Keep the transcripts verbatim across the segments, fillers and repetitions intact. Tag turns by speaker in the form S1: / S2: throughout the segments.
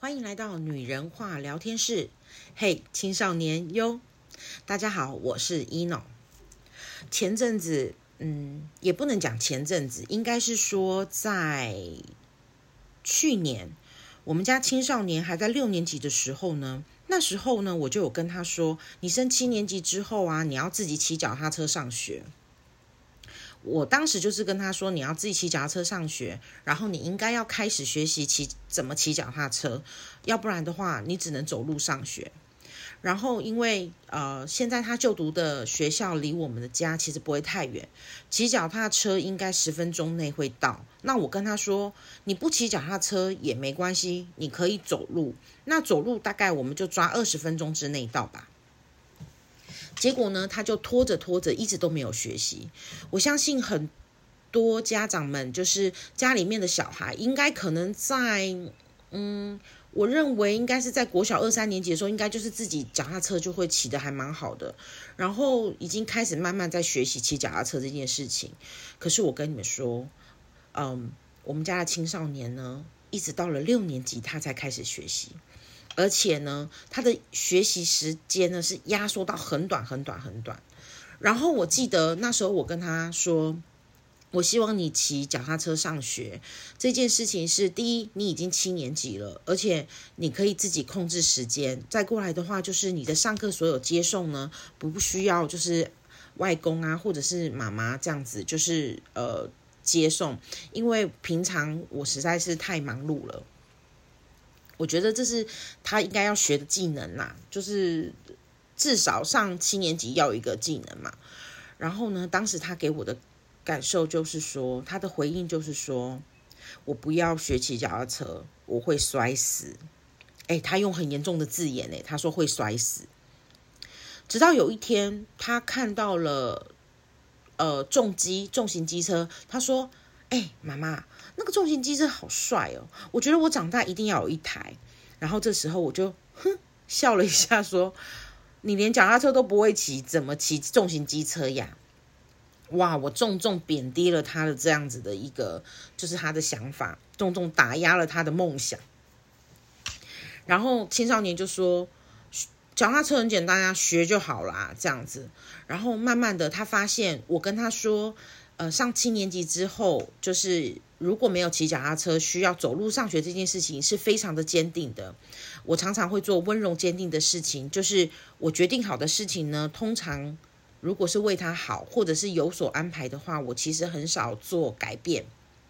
S1: 欢迎来到女人话聊天室。嘿，青少年哟，大家好，我是 Eno。前阵子，嗯，也不能讲前阵子，应该是说在去年，我们家青少年还在六年级的时候呢，那时候呢，我就有跟他说，你升七年级之后啊，你要自己骑脚踏车上学。我当时就是跟他说，你要自己骑脚踏车上学，然后你应该要开始学习骑怎么骑脚踏车，要不然的话，你只能走路上学。然后因为呃，现在他就读的学校离我们的家其实不会太远，骑脚踏车应该十分钟内会到。那我跟他说，你不骑脚踏车也没关系，你可以走路。那走路大概我们就抓二十分钟之内到吧。结果呢，他就拖着拖着，一直都没有学习。我相信很多家长们，就是家里面的小孩，应该可能在，嗯，我认为应该是在国小二三年级的时候，应该就是自己脚踏车就会骑得还蛮好的，然后已经开始慢慢在学习骑脚踏车这件事情。可是我跟你们说，嗯，我们家的青少年呢，一直到了六年级，他才开始学习。而且呢，他的学习时间呢是压缩到很短很短很短。然后我记得那时候我跟他说，我希望你骑脚踏车上学这件事情是，第一，你已经七年级了，而且你可以自己控制时间。再过来的话，就是你的上课所有接送呢，不需要就是外公啊或者是妈妈这样子，就是呃接送，因为平常我实在是太忙碌了。我觉得这是他应该要学的技能啦，就是至少上七年级要有一个技能嘛。然后呢，当时他给我的感受就是说，他的回应就是说，我不要学骑脚踏车，我会摔死。哎，他用很严重的字眼，哎，他说会摔死。直到有一天，他看到了呃重机重型机车，他说，哎，妈妈，那个重型机车好帅哦，我觉得我长大一定要有一台。然后这时候我就哼笑了一下说，你连脚踏车都不会骑，怎么骑重型机车呀？哇，我重重贬低了他的这样子的一个，就是他的想法，重重打压了他的梦想。然后青少年就说，脚踏车很简单啊，学就好啦，这样子。然后慢慢的他发现，我跟他说，呃，上七年级之后，就是如果没有骑脚踏车，需要走路上学这件事情是非常的坚定的。我常常会做温柔坚定的事情，就是我决定好的事情呢，通常如果是为他好，或者是有所安排的话，我其实很少做改变。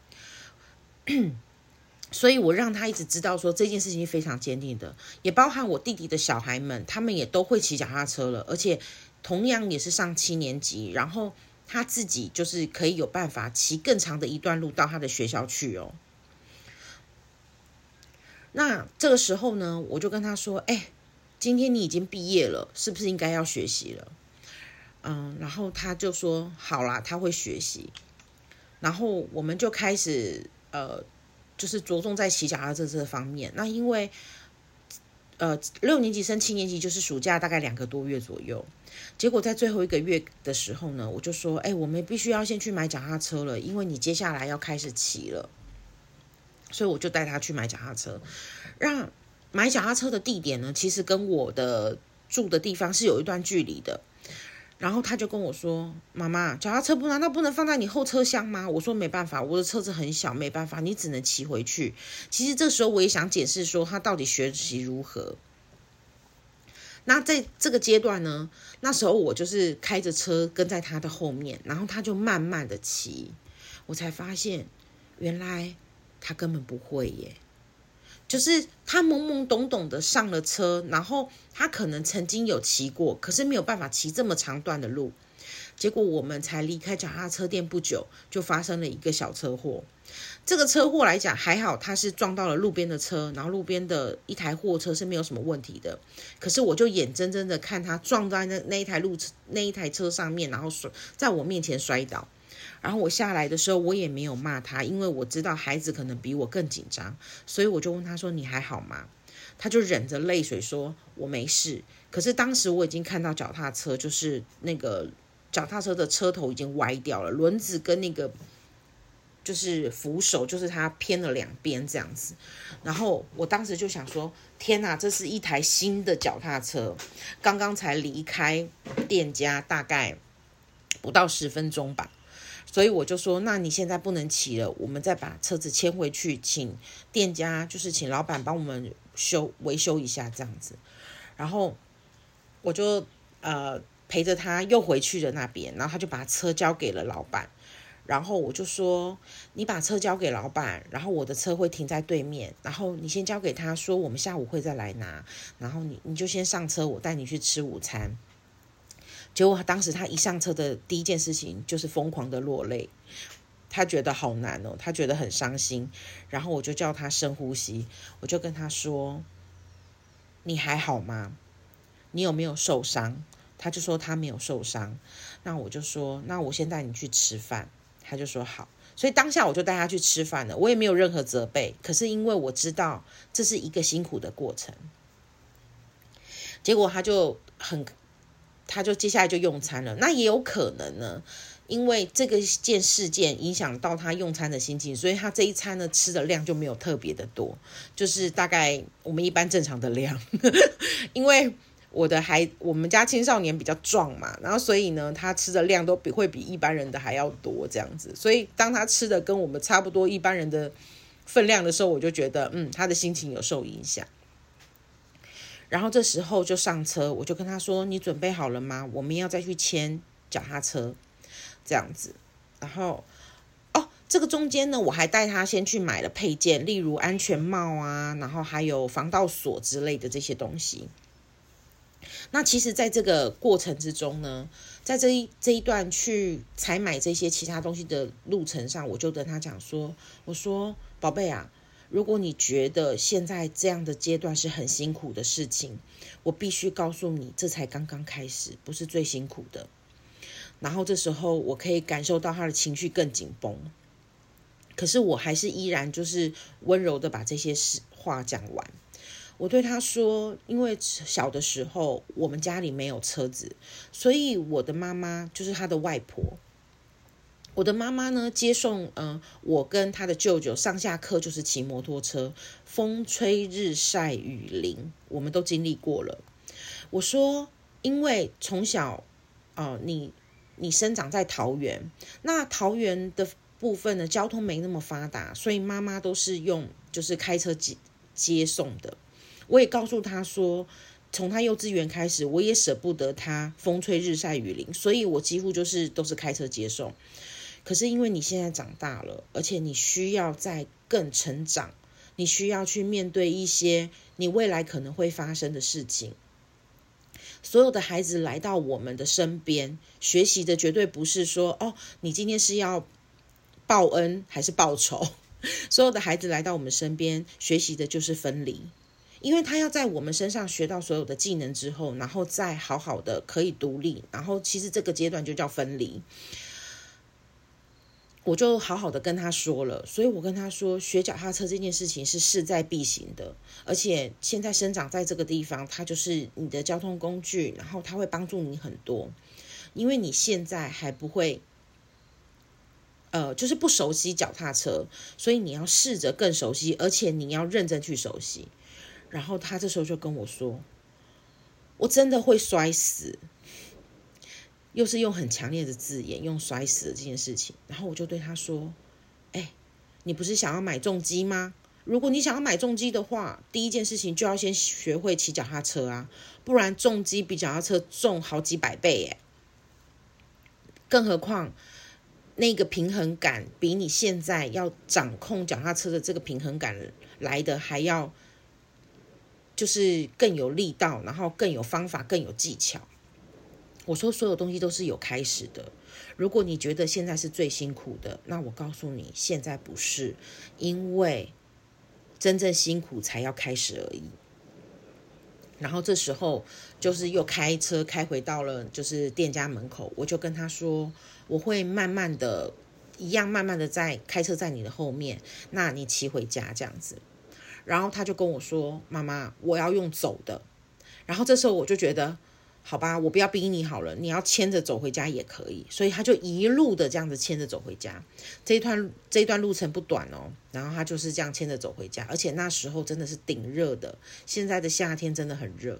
S1: 所以我让他一直知道说这件事情是非常坚定的，也包含我弟弟的小孩们，他们也都会骑脚踏车了，而且同样也是上七年级，然后他自己就是可以有办法骑更长的一段路到他的学校去哦。那这个时候呢，我就跟他说，哎，今天你已经毕业了，是不是应该要学习了？嗯，然后他就说好啦，他会学习。然后我们就开始呃，就是着重在骑脚踏车这方面。那因为呃六年级升七年级就是暑假大概两个多月左右，结果在最后一个月的时候呢，我就说，哎，我们必须要先去买脚踏车了，因为你接下来要开始骑了。所以我就带他去买脚踏车。让买脚踏车的地点呢，其实跟我的住的地方是有一段距离的。然后他就跟我说，妈妈，脚踏车不难道不能放在你后车厢吗？我说没办法，我的车子很小，没办法，你只能骑回去。其实这时候我也想解释说他到底学习如何。那在这个阶段呢，那时候我就是开着车跟在他的后面，然后他就慢慢的骑，我才发现原来他根本不会耶。就是他懵懵懂懂的上了车，然后他可能曾经有骑过，可是没有办法骑这么长段的路。结果我们才离开脚踏车店不久，就发生了一个小车祸。这个车祸来讲还好，他是撞到了路边的车，然后路边的一台货车是没有什么问题的。可是我就眼睁睁的看他撞在那那一台路那一台车上面，然后在我面前摔倒。然后我下来的时候，我也没有骂他，因为我知道孩子可能比我更紧张，所以我就问他说：“你还好吗？”他就忍着泪水说：“我没事。”可是当时我已经看到脚踏车，就是那个脚踏车的车头已经歪掉了，轮子跟那个就是扶手就是它偏了两边这样子。然后我当时就想说，天哪，这是一台新的脚踏车，刚刚才离开店家大概不到十分钟吧。所以我就说，那你现在不能骑了，我们再把车子牵回去，请店家就是请老板帮我们修维修一下这样子。然后我就呃陪着他又回去了那边，然后他就把车交给了老板。然后我就说，你把车交给老板，然后我的车会停在对面，然后你先交给他说我们下午会再来拿，然后你你就先上车，我带你去吃午餐。结果当时他一上车的第一件事情就是疯狂的落泪，他觉得好难哦，他觉得很伤心。然后我就叫他深呼吸，我就跟他说，你还好吗？你有没有受伤？他就说他没有受伤。那我就说，那我先带你去吃饭。他就说好。所以当下我就带他去吃饭了，我也没有任何责备，可是因为我知道这是一个辛苦的过程。结果他就很他就接下来就用餐了。那也有可能呢，因为这个件事件影响到他用餐的心情，所以他这一餐呢吃的量就没有特别的多，就是大概我们一般正常的量。因为我的孩我们家青少年比较壮嘛，然后所以呢他吃的量都比会比一般人的还要多这样子。所以当他吃的跟我们差不多一般人的分量的时候，我就觉得嗯他的心情有受影响。然后这时候就上车，我就跟他说，你准备好了吗？我们要再去牵脚踏车这样子。然后哦，这个中间呢我还带他先去买了配件，例如安全帽啊，然后还有防盗锁之类的这些东西。那其实在这个过程之中呢，在这一这一段去采买这些其他东西的路程上，我就跟他讲说，我说宝贝啊，如果你觉得现在这样的阶段是很辛苦的事情，我必须告诉你，这才刚刚开始，不是最辛苦的。然后这时候我可以感受到他的情绪更紧绷，可是我还是依然就是温柔的把这些话讲完。我对他说，因为小的时候我们家里没有车子，所以我的妈妈就是他的外婆。我的妈妈呢，接送呃我跟他的舅舅上下课就是骑摩托车，风吹日晒雨淋，我们都经历过了。我说，因为从小哦、呃，你你生长在桃园，那桃园的部分呢，交通没那么发达，所以妈妈都是用就是开车接接送的。我也告诉他说，从他幼稚园开始，我也舍不得他风吹日晒雨淋，所以我几乎就是都是开车接送。可是因为你现在长大了，而且你需要再更成长，你需要去面对一些你未来可能会发生的事情。所有的孩子来到我们的身边，学习的绝对不是说，哦，你今天是要报恩还是报仇。所有的孩子来到我们身边，学习的就是分离。因为他要在我们身上学到所有的技能之后，然后再好好的可以独立，然后其实这个阶段就叫分离。我就好好的跟他说了，所以我跟他说，学脚踏车这件事情是势在必行的，而且现在生长在这个地方，它就是你的交通工具，然后它会帮助你很多，因为你现在还不会呃，就是不熟悉脚踏车，所以你要试着更熟悉，而且你要认真去熟悉。然后他这时候就跟我说，我真的会摔死，又是用很强烈的字眼，用摔死的这件事情。然后我就对他说，哎，你不是想要买重机吗？如果你想要买重机的话，第一件事情就要先学会骑脚踏车啊，不然重机比脚踏车重好几百倍耶。更何况那个平衡感比你现在要掌控脚踏车的这个平衡感来的还要就是更有力道，然后更有方法，更有技巧。我说所有东西都是有开始的，如果你觉得现在是最辛苦的，那我告诉你现在不是，因为真正辛苦才要开始而已。然后这时候就是又开车开回到了就是店家门口，我就跟他说，我会慢慢的一样慢慢的在开车在你的后面，那你骑回家这样子。然后他就跟我说，妈妈我要用走的。然后这时候我就觉得好吧，我不要逼你好了，你要牵着走回家也可以。所以他就一路的这样子牵着走回家，这一段这一段路程不短哦。然后他就是这样牵着走回家，而且那时候真的是顶热的，现在的夏天真的很热。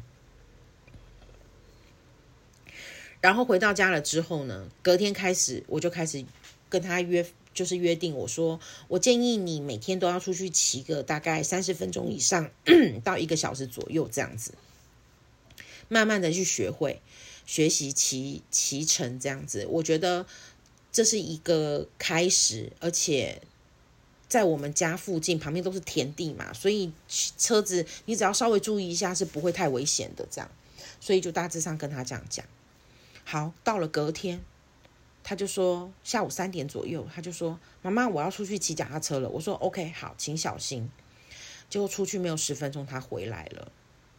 S1: 然后回到家了之后呢，隔天开始我就开始跟他约，就是约定，我说我建议你每天都要出去骑个大概三十分钟以上到一个小时左右这样子。慢慢的去学会学习骑骑乘这样子，我觉得这是一个开始，而且在我们家附近旁边都是田地嘛，所以车子你只要稍微注意一下是不会太危险的这样，所以就大致上跟他这样讲。好，到了隔天他就说下午三点左右，他就说妈妈我要出去骑脚踏车了。我说 OK 好，请小心。结果出去没有十分钟他回来了。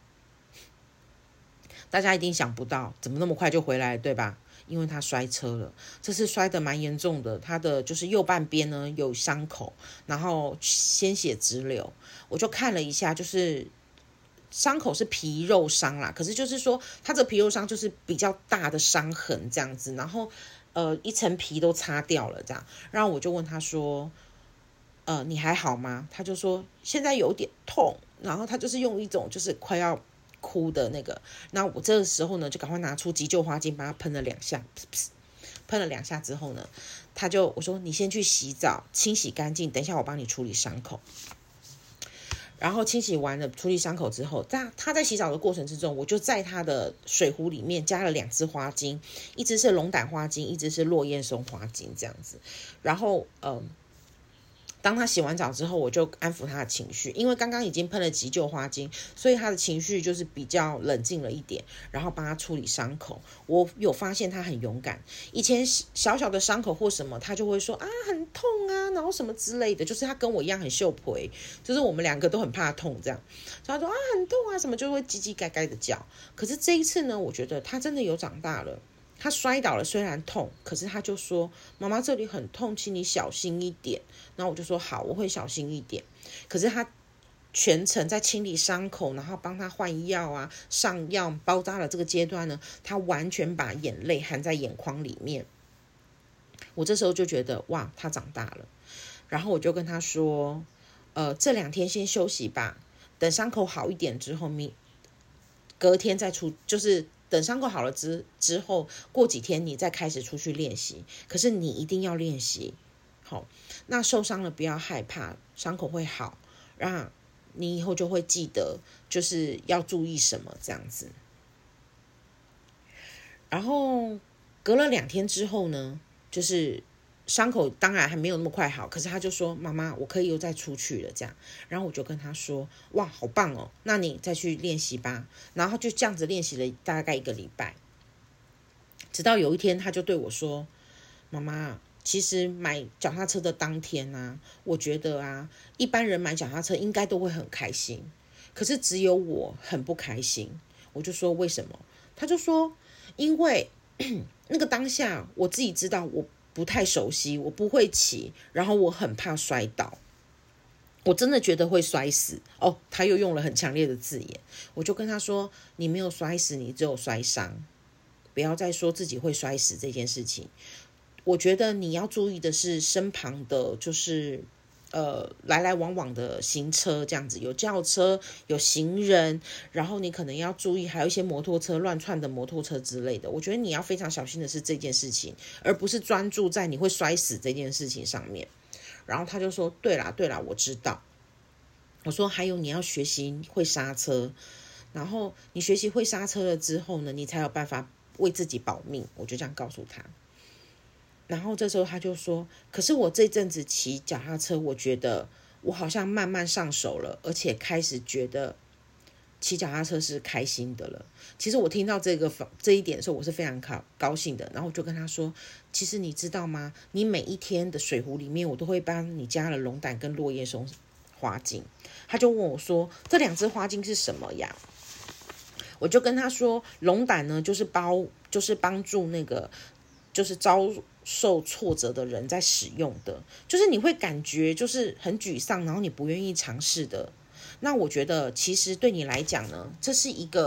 S1: 大家一定想不到怎么那么快就回来了，对吧？因为他摔车了，这次摔得蛮严重的，他的就是右半边呢有伤口，然后鲜血直流。我就看了一下，就是伤口是皮肉伤啦，可是就是说他这皮肉伤就是比较大的伤痕这样子，然后呃一层皮都擦掉了这样。然后我就问他说呃你还好吗？他就说现在有点痛，然后他就是用一种就是快要哭的那个。那我这个时候呢就赶快拿出急救花精帮他喷了两下，喷了两下之后呢，他就我说你先去洗澡清洗干净，等一下我帮你处理伤口。然后清洗完了处理伤口之后，在他在洗澡的过程之中，我就在他的水壶里面加了两支花精，一支是龙胆花精，一支是落叶松花精这样子。然后呃当他洗完澡之后，我就安抚他的情绪，因为刚刚已经喷了急救花精，所以他的情绪就是比较冷静了一点，然后帮他处理伤口。我有发现他很勇敢，以前小小的伤口或什么，他就会说啊很痛啊，然后什么之类的，就是他跟我一样很秀皮，就是我们两个都很怕痛这样。他说啊很痛啊什么，就会叽叽该该的叫。可是这一次呢，我觉得他真的有长大了。他摔倒了，虽然痛，可是他就说妈妈这里很痛，请你小心一点。然后我就说好，我会小心一点。可是他全程在清理伤口，然后帮他换药啊、上药、包扎的这个阶段呢，他完全把眼泪含在眼眶里面。我这时候就觉得哇，他长大了。然后我就跟他说，呃，这两天先休息吧，等伤口好一点之后，明隔天再出，就是等伤口好了之之后，过几天你再开始出去练习。可是你一定要练习，好，那受伤了不要害怕，伤口会好，让你以后就会记得，就是要注意什么这样子。然后隔了两天之后呢，就是伤口当然还没有那么快好，可是他就说妈妈我可以又再出去了这样。然后我就跟他说哇好棒哦，那你再去练习吧。然后就这样子练习了大概一个礼拜，直到有一天他就对我说妈妈其实买脚踏车的当天啊，我觉得啊一般人买脚踏车应该都会很开心，可是只有我很不开心。我就说为什么？他就说因为那个当下我自己知道我不太熟悉，我不会骑，然后我很怕摔倒，我真的觉得会摔死哦。他又用了很强烈的字眼，我就跟他说你没有摔死，你只有摔伤，不要再说自己会摔死这件事情。我觉得你要注意的是身旁的就是呃来来往往的行车，这样子有轿车有行人，然后你可能要注意还有一些摩托车乱窜的摩托车之类的。我觉得你要非常小心的是这件事情，而不是专注在你会摔死这件事情上面。然后他就说对啦对啦我知道。我说还有你要学习会刹车，然后你学习会刹车了之后呢，你才有办法为自己保命。我就这样告诉他。然后这时候他就说可是我这阵子骑脚踏车，我觉得我好像慢慢上手了，而且开始觉得骑脚踏车是开心的了。其实我听到这个这一点的时候，我是非常高兴的。然后我就跟他说其实你知道吗，你每一天的水壶里面我都会帮你加了龙胆跟落叶松花精。他就问我说这两支花精是什么呀？我就跟他说龙胆呢就是包就是帮助那个就是遭受挫折的人在使用的，就是你会感觉就是很沮丧，然后你不愿意尝试的。那我觉得其实对你来讲呢，这是一个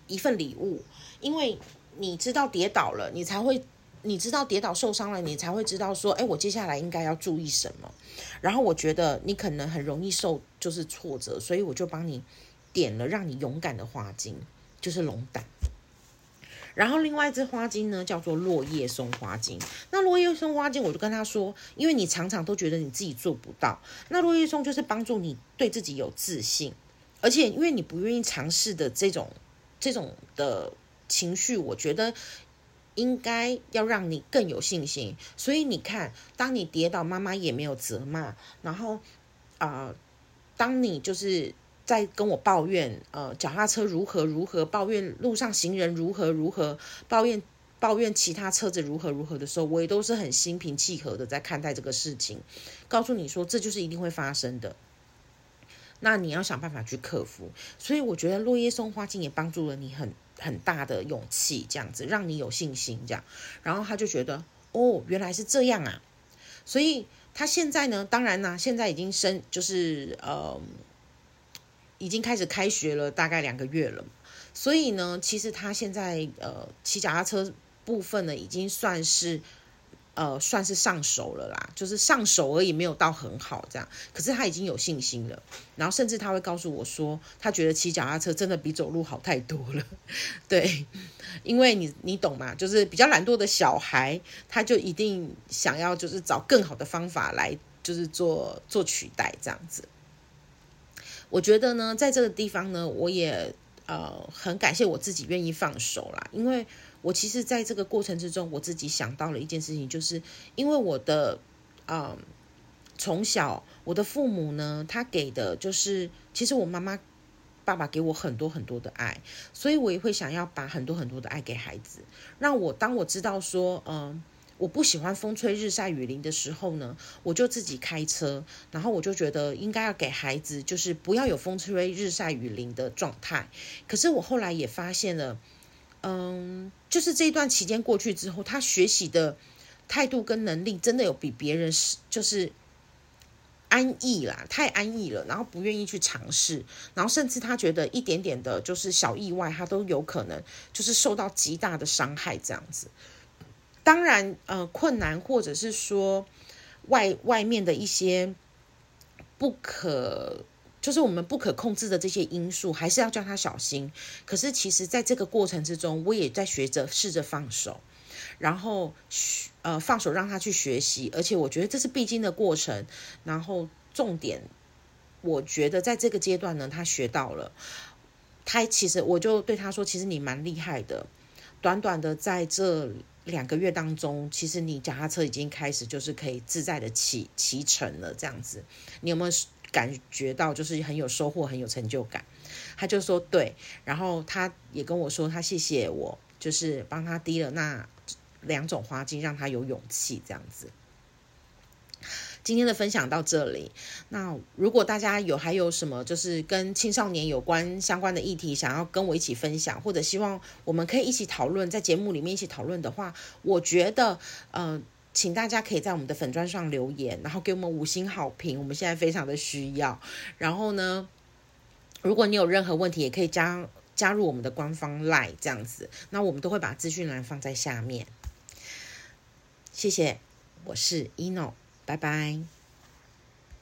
S1: 一份礼物，因为你知道跌倒了，你才会。你知道跌倒受伤了，你才会知道说，哎，我接下来应该要注意什么。然后我觉得你可能很容易受就是挫折，所以我就帮你点了让你勇敢的花精，就是龙胆。然后另外一支花精呢，叫做落叶松花精。那落叶松花精，我就跟他说，因为你常常都觉得你自己做不到，那落叶松就是帮助你对自己有自信，而且因为你不愿意尝试的这种这种的情绪，我觉得应该要让你更有信心。所以你看，当你跌倒，妈妈也没有责骂，然后啊、呃，当你就是在跟我抱怨呃脚踏车如何如何，抱怨路上行人如何如何，抱怨抱怨其他车子如何如何的时候，我也都是很心平气和的在看待这个事情，告诉你说这就是一定会发生的，那你要想办法去克服。所以我觉得落叶松花精也帮助了你很很大的勇气，这样子让你有信心这样。然后他就觉得哦，原来是这样啊。所以他现在呢，当然呢，现在已经升就是呃已经开始开学了，大概两个月了。所以呢，其实他现在呃骑脚踏车部分呢，已经算是呃，算是上手了啦，就是上手而已，没有到很好这样。可是他已经有信心了，然后甚至他会告诉我说，他觉得骑脚踏车真的比走路好太多了。对，因为你你懂嘛，就是比较懒惰的小孩，他就一定想要就是找更好的方法来，就是做做取代这样子。我觉得呢，在这个地方呢，我也呃很感谢我自己愿意放手啦，因为我其实在这个过程之中，我自己想到了一件事情，就是因为我的呃从小我的父母呢，他给的就是其实我妈妈爸爸给我很多很多的爱，所以我也会想要把很多很多的爱给孩子，让我当我知道说嗯。呃我不喜欢风吹日晒雨淋的时候呢，我就自己开车，然后我就觉得应该要给孩子就是不要有风吹日晒雨淋的状态。可是我后来也发现了，嗯，就是这一段期间过去之后，他学习的态度跟能力真的有比别人就是安逸啦，太安逸了，然后不愿意去尝试，然后甚至他觉得一点点的就是小意外，他都有可能就是受到极大的伤害这样子。当然，呃，困难或者是说外外面的一些不可，就是我们不可控制的这些因素，还是要叫他小心。可是，其实在这个过程之中，我也在学着试着放手，然后呃放手让他去学习，而且我觉得这是必经的过程。然后重点，我觉得在这个阶段呢，他学到了。他其实我就对他说，其实你蛮厉害的，短短的在这两个月当中，其实你脚踏车已经开始就是可以自在的骑骑乘了，这样子，你有没有感觉到就是很有收获，很有成就感？他就说对，然后他也跟我说，他谢谢我，就是帮他滴了那两种花精，让他有勇气这样子。今天的分享到这里，那如果大家有还有什么就是跟青少年有关相关的议题想要跟我一起分享，或者希望我们可以一起讨论，在节目里面一起讨论的话，我觉得呃请大家可以在我们的粉专上留言，然后给我们五星好评，我们现在非常的需要。然后呢，如果你有任何问题，也可以加加入我们的官方 LINE 这样子，那我们都会把资讯栏放在下面。谢谢，我是 Eno，拜拜。